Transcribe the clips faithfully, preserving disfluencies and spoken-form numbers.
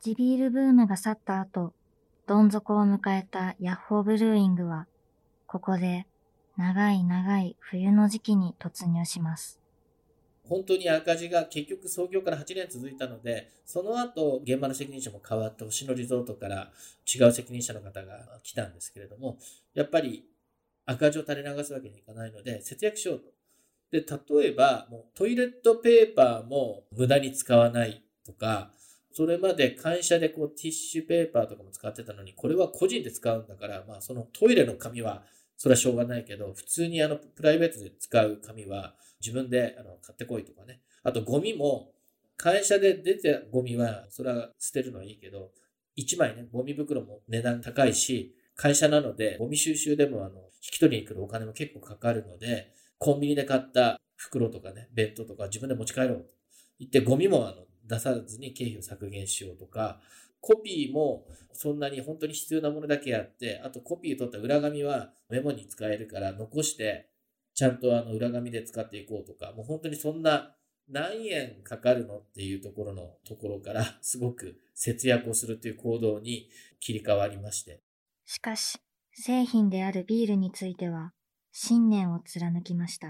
地ビールブームが去った後、どん底を迎えたヤッホーブルーイングは、ここで長い長い冬の時期に突入します。 本当に赤字が結局創業からはちねん続いたので、その後現場の責任者も変わって星野リゾートから違う責任者の方が来たんですけれども、やっぱり赤字を垂れ流すわけにいかないので節約しようと。で、例えばもうトイレットペーパーも無駄に使わないとか、それまで会社でこうティッシュペーパーとかも使ってたのに、これは個人で使うんだから、まあそのトイレの紙はそれはしょうがないけど、普通にあのプライベートで使う紙は自分であの買ってこいとかね。あとゴミも会社で出てゴミはそれは捨てるのはいいけど、いちまいね、ゴミ袋も値段高いし、会社なのでゴミ収集でもあの引き取りに来るお金も結構かかるので、コンビニで買った袋とかね、弁当とか自分で持ち帰ろうと言って、ゴミもあの出さずに経費を削減しようとか、コピーもそんなに本当に必要なものだけやって、あとコピー取った裏紙はメモに使えるから残して、ちゃんとあの裏紙で使っていこうとか、もう本当にそんな何円かかるのっていうところのところからすごく節約をするという行動に切り替わりまして。 しかし、製品であるビールについては信念を貫きました。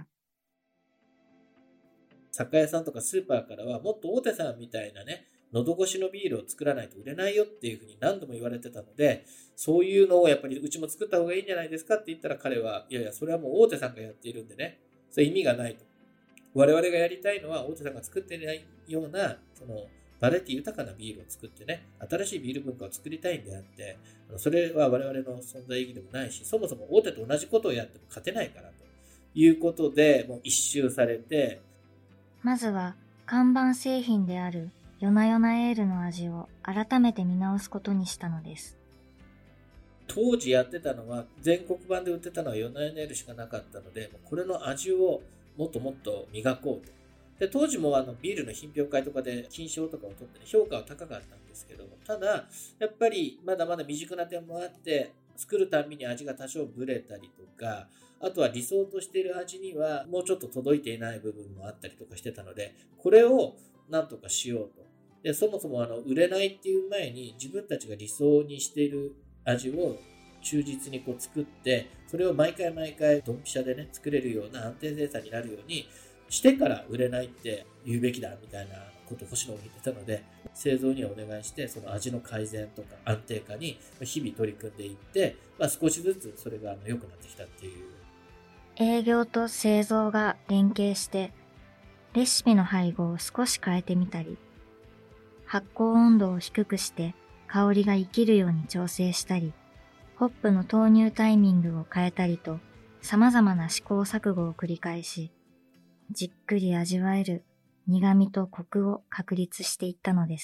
酒屋さんとかスーパーからはもっと大手さんみたいなね、喉越しのビールを作らないと売れないよっていうふうに何度も言われてたので、そういうのをやっぱりうちも作った方がいいんじゃないですかって言ったら、彼は、いやいや、それはもう大手さんがやっているんでね、それ意味がないと。我々がやりたいのは大手さんが作ってないような、その、バラエティ豊かなビールを作ってね、新しいビール文化を作りたいんであって、それは我々の存在意義でもないし、そもそも大手と同じことをやっても勝てないからということで、もう一周されて、 まずは看板製品であるヨナヨナエールの味を改めて見直すことにしたのです。 当時やってたのは、全国版で売ってたのはヨナヨナエールしかなかったので、これの味をもっともっと磨こうと。で、当時もあのビールの品評会とかで金賞とかを取って、ね、評価は高かったんですけども、ただ、やっぱりまだまだ未熟な点もあって、作るたびに味が多少ブレたりとか、あとは理想としている味にはもうちょっと届いていない部分もあったりとかしてたので、これをなんとかしようと。で、そもそもあの売れないっていう前に自分たちが理想にしている味を忠実にこう作って、それを毎回毎回ドンピシャでね、作れるような安定生産になるようにしてから売れないって言うべきだみたいなことを星野が言ってたので、製造にはお願いして、その味の改善とか安定化に日々取り組んでいって、まあ、少しずつそれが良くなってきたっていう。 営業と製造が連携してレシピの配合を少し変えてみたり、発酵温度を低くして香りが生きるように調整したり、ホップの投入タイミングを変えたりと、様々な試行錯誤を繰り返し、じっくり味わえる苦味とコクを確立していったのです。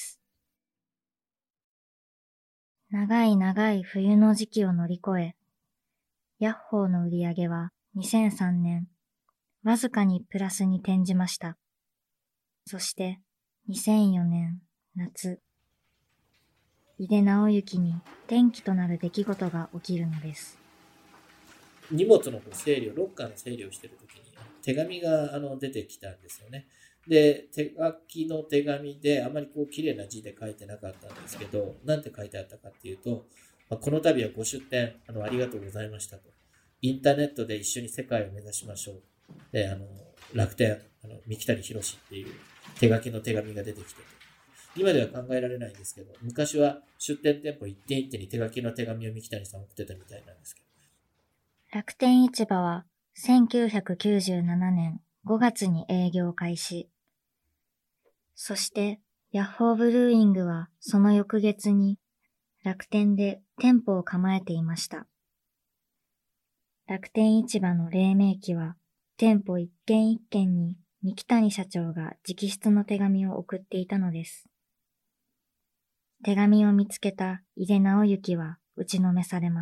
長い長い冬の時期を乗り越え、ヤッホーの売り上げはにせんさんねん、わずかにプラスに転じました。そしてにせんよねん夏、井出直之に転機となる出来事が起きるのです。 荷物の整理を、ロッカーの整理をしているときに手紙があの出てきたんですよね。で、手書きの手紙であまりこう綺麗な字で書いてなかったんですけど、なんて書いてあったかっていうと、まあ、この度はご出店あのありがとうございましたと。インターネットで一緒に世界を目指しましょう。で、あの、楽天、あの、三木谷博っていう手書きの手紙が出てきてて、今では考えられないんですけど、昔は出店店舗一点一点に手書きの手紙を三木谷さん送ってたみたいなんですけど。 楽天市場はせんきゅうひゃくきゅうじゅうななねんごがつに営業開始。そしてヤッホーブルーイングはその翌月に楽天で店舗を構えていました。楽天市場の黎明期は店舗一軒一軒に三木谷社長が直筆の手紙を送っていたのです。手紙を見つけた井出直之は打ちのめされます。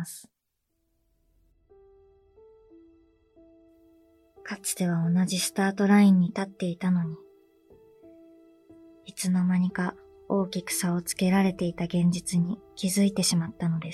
かつては同じスタートラインに立っていたのに、いつの間にか大きく差をつけられていた現実に気づいてしまったのです。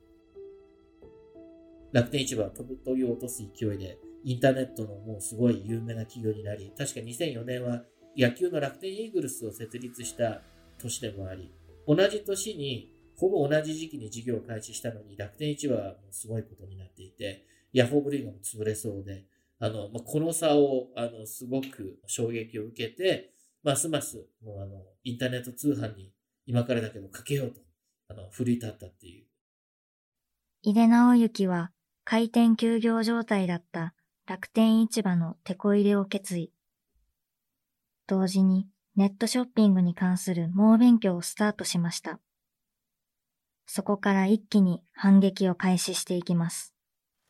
楽天市場は飛ぶ鳥を落とす勢いで、インターネットのもうすごい有名な企業になり、確かにせんよねんは野球の楽天イーグルスを設立した年でもあり、 同じ年に、ほぼ同じ時期に事業を開始したのに、楽天市場はもうすごいことになっていて、ヤフオクルーイングも潰れそうで、あの、まあ、この差を、あの、すごく衝撃を受けて、ますます、もうあの、インターネット通販に今からだけどかけようと、あの、奮い立ったっていう。 井出直之は開店休業状態だった楽天市場のテこ入れを決意。同時にネットショッピングに関する猛勉強をスタートしました。そこから一気に反撃を開始していきます。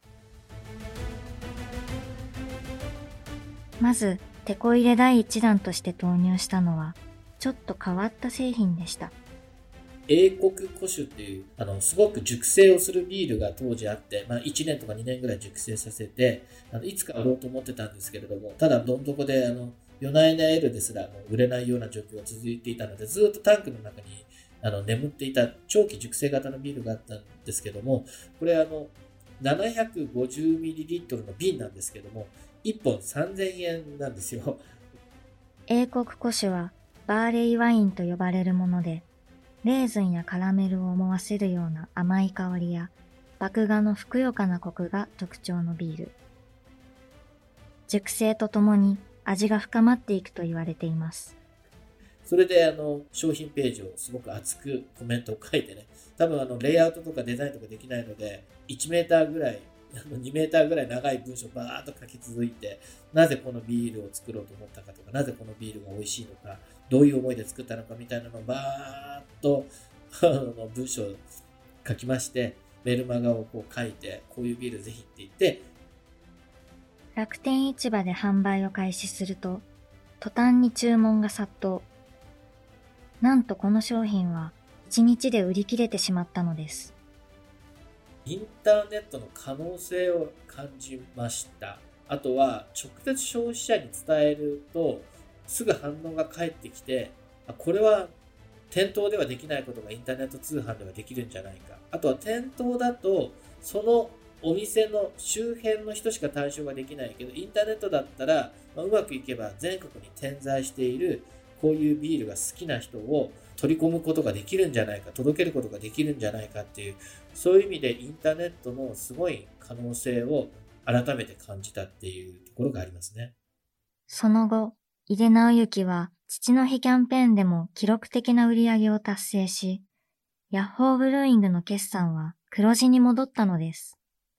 まず、テこ入れ第一弾として投入したのは、ちょっと変わった製品でした。 英国古酒っていう、あの、すごく熟成をするビールが当時あって、まあいちねんとかにねんぐらい熟成させて、あの、いつか売ろうと思ってたんですけれども、ただどん底で、あの、ヨナエナエールですらもう売れないような状況が続いていたので、ずっとタンクの中にあの眠っていた長期熟成型のビールがあったんですけども、これあの、ななひゃくごじゅうミリリットル の瓶なんですけども、いっぽんさんぜんえんなんですよ。 英国古酒はバーレイワインと呼ばれるもので、レーズンやカラメルを思わせるような甘い香りや、麦芽のふくよかなコクが特徴のビール。熟成とともに味が深まっていくと言われています。 それであの商品ページをすごく熱くコメントを書いてね、多分あのレイアウトとかデザインとかできないので、いちメーターぐらい、にメーターぐらい長い文章をバーッと書き続いて、なぜこのビールを作ろうと思ったかとか、なぜこのビールが美味しいのか、どういう思いで作ったのかみたいなのをバーッと文章を書きまして、メルマガをこう書いて、こういうビールぜひって言って、 楽天市場で販売を開始すると、途端に注文が殺到。なんとこの商品はいちにちで売り切れてしまったのです。 インターネットの可能性を感じました。あとは直接消費者に伝えるとすぐ反応が返ってきて、これは店頭ではできないことがインターネット通販ではできるんじゃないか。あとは店頭だとそのお店の周辺の人しか対象ができないけど、インターネットだったら、まあ、うまくいけば全国に点在しているこういうビールが好きな人を取り込むことができるんじゃないか、届けることができるんじゃないかっていう、そういう意味でインターネットのすごい可能性を改めて感じたっていうところがありますね。 その後、井出直之は父の日キャンペーンでも記録的な売り上げを達成し、ヤッホーブルーイングの決算は黒字に戻ったのです。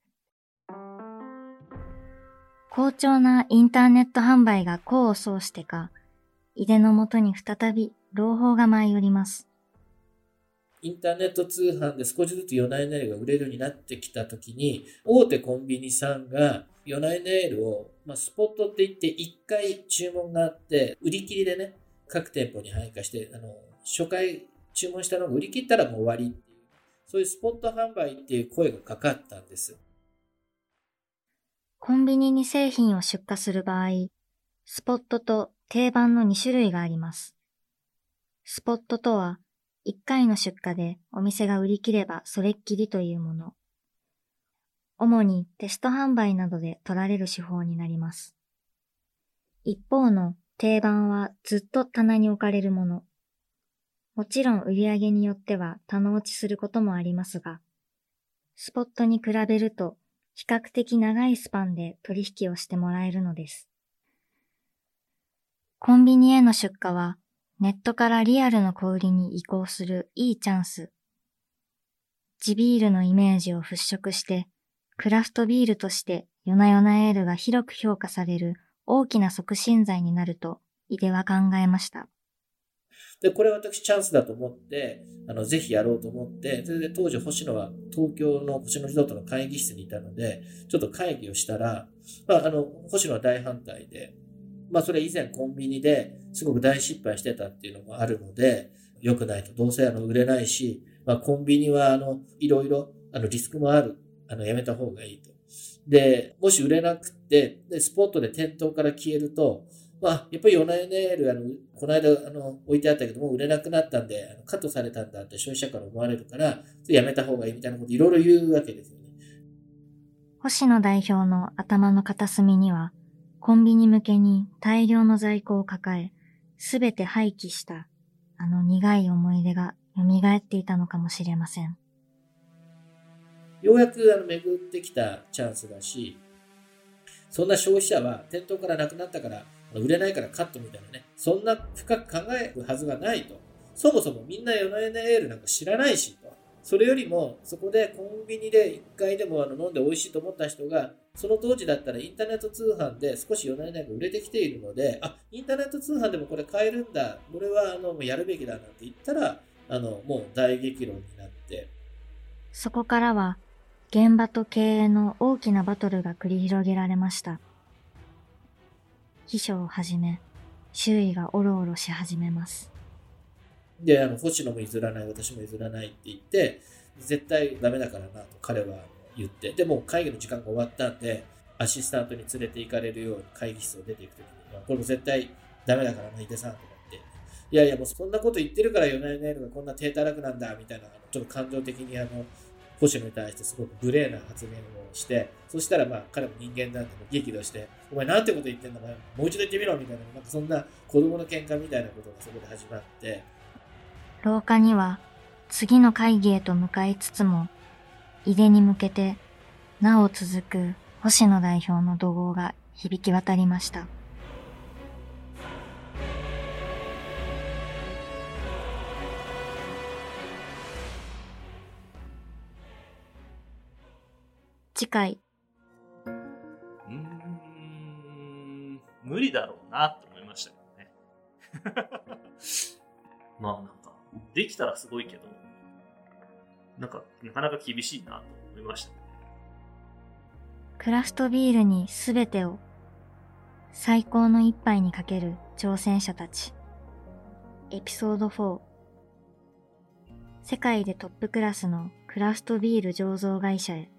好調なインターネット販売が功を奏してか、井出のもとに再び朗報が舞い降ります。 インターネット通販で少しずつヨナエネールが売れるようになってきたときに、大手コンビニさんがヨナエネールを、まあ、スポットって言っていっかい注文があって、売り切りでね、各店舗に配下して、あの、初回注文したのが売り切ったらもう終わりっていう、そういうスポット販売っていう声がかかったんです。 コンビニに製品を出荷する場合、スポットと定番のに種類があります。スポットとは、いっかいの出荷でお店が売り切ればそれっきりというもの。主にテスト販売などで取られる手法になります。一方の定番はずっと棚に置かれるもの。もちろん売り上げによっては棚落ちすることもありますが、スポットに比べると比較的長いスパンで取引をしてもらえるのです。コンビニへの出荷はネットからリアルの小売りに移行するいいチャンス。地ビールのイメージを払拭して、クラフトビールとしてヨナヨナエールが広く評価される大きな促進剤になると井出は考えました。 で、これは私チャンスだと思って、あの、ぜひやろうと思って、それで当時星野は東京の星野リゾートの会議室にいたので、ちょっと会議をしたら、まあ、あの、星野は大反対で、まあ、それ以前コンビニですごく大失敗してたっていうのもあるので、良くないと、どうせあの、売れないし、まあ、コンビニはあの、いろいろ、あの、リスクもある。あの、やめた方がいいと。で、もし売れなくて、で、スポットで店頭から消えると、まあ、やっぱりヨナエネール、あの、この間、あの、置いてあったけども、売れなくなったんで、あのカットされたんだって消費者から思われるから、やめた方がいいみたいなこといろいろ言うわけですよね。 星野代表の頭の片隅には、コンビニ向けに大量の在庫を抱え、すべて廃棄した、あの苦い思い出が蘇っていたのかもしれません。 ようやくあの巡ってきたチャンスだし、そんな消費者は店頭からなくなったから売れないからカットみたいなね、そんな深く考えるはずがないと。そもそもみんなヨナエネエールなんか知らないしと。それよりもそこでコンビニで一回でもあの飲んで美味しいと思った人が、その当時だったらインターネット通販で少しヨナエネが売れてきているので、あ、インターネット通販でもこれ買えるんだ、これはあのもうやるべきだなんて言ったら、あのもう大激論になって、 そこからは現場と経営の大きなバトルが繰り広げられました。秘書をはじめ周囲がオロオロし始めます。 で、あの星野も譲らない、私も譲らないって言って、絶対ダメだからなと彼は言って、でも会議の時間が終わったんで、アシスタントに連れて行かれるように会議室を出ていくときに、これも絶対ダメだからな、井出さんとか言って、いやいやもうそんなこと言ってるからヨナエネールがこんな低たらくなんだみたいな、ちょっと感情的にあの星野に対してすごく無礼な発言をして、そしたらまあ彼も人間なんで激怒して、お前なんてこと言ってんだ、もう一度言ってみろみたいな、なんかそんな子供の喧嘩みたいなことがそこで始まって、 廊下には次の会議へと向かいつつも、井出に向けてなお続く星野代表の怒号が響き渡りました。次回。 うーん、無理だろうなと思いましたけどね。まあなんか、できたらすごいけど、なんか、なかなか厳しいなと思いましたね。 クラフトビールにすべてを、最高の一杯にかける挑戦者たち。エピソードフォー。世界でトップクラスのクラフトビール醸造会社へ。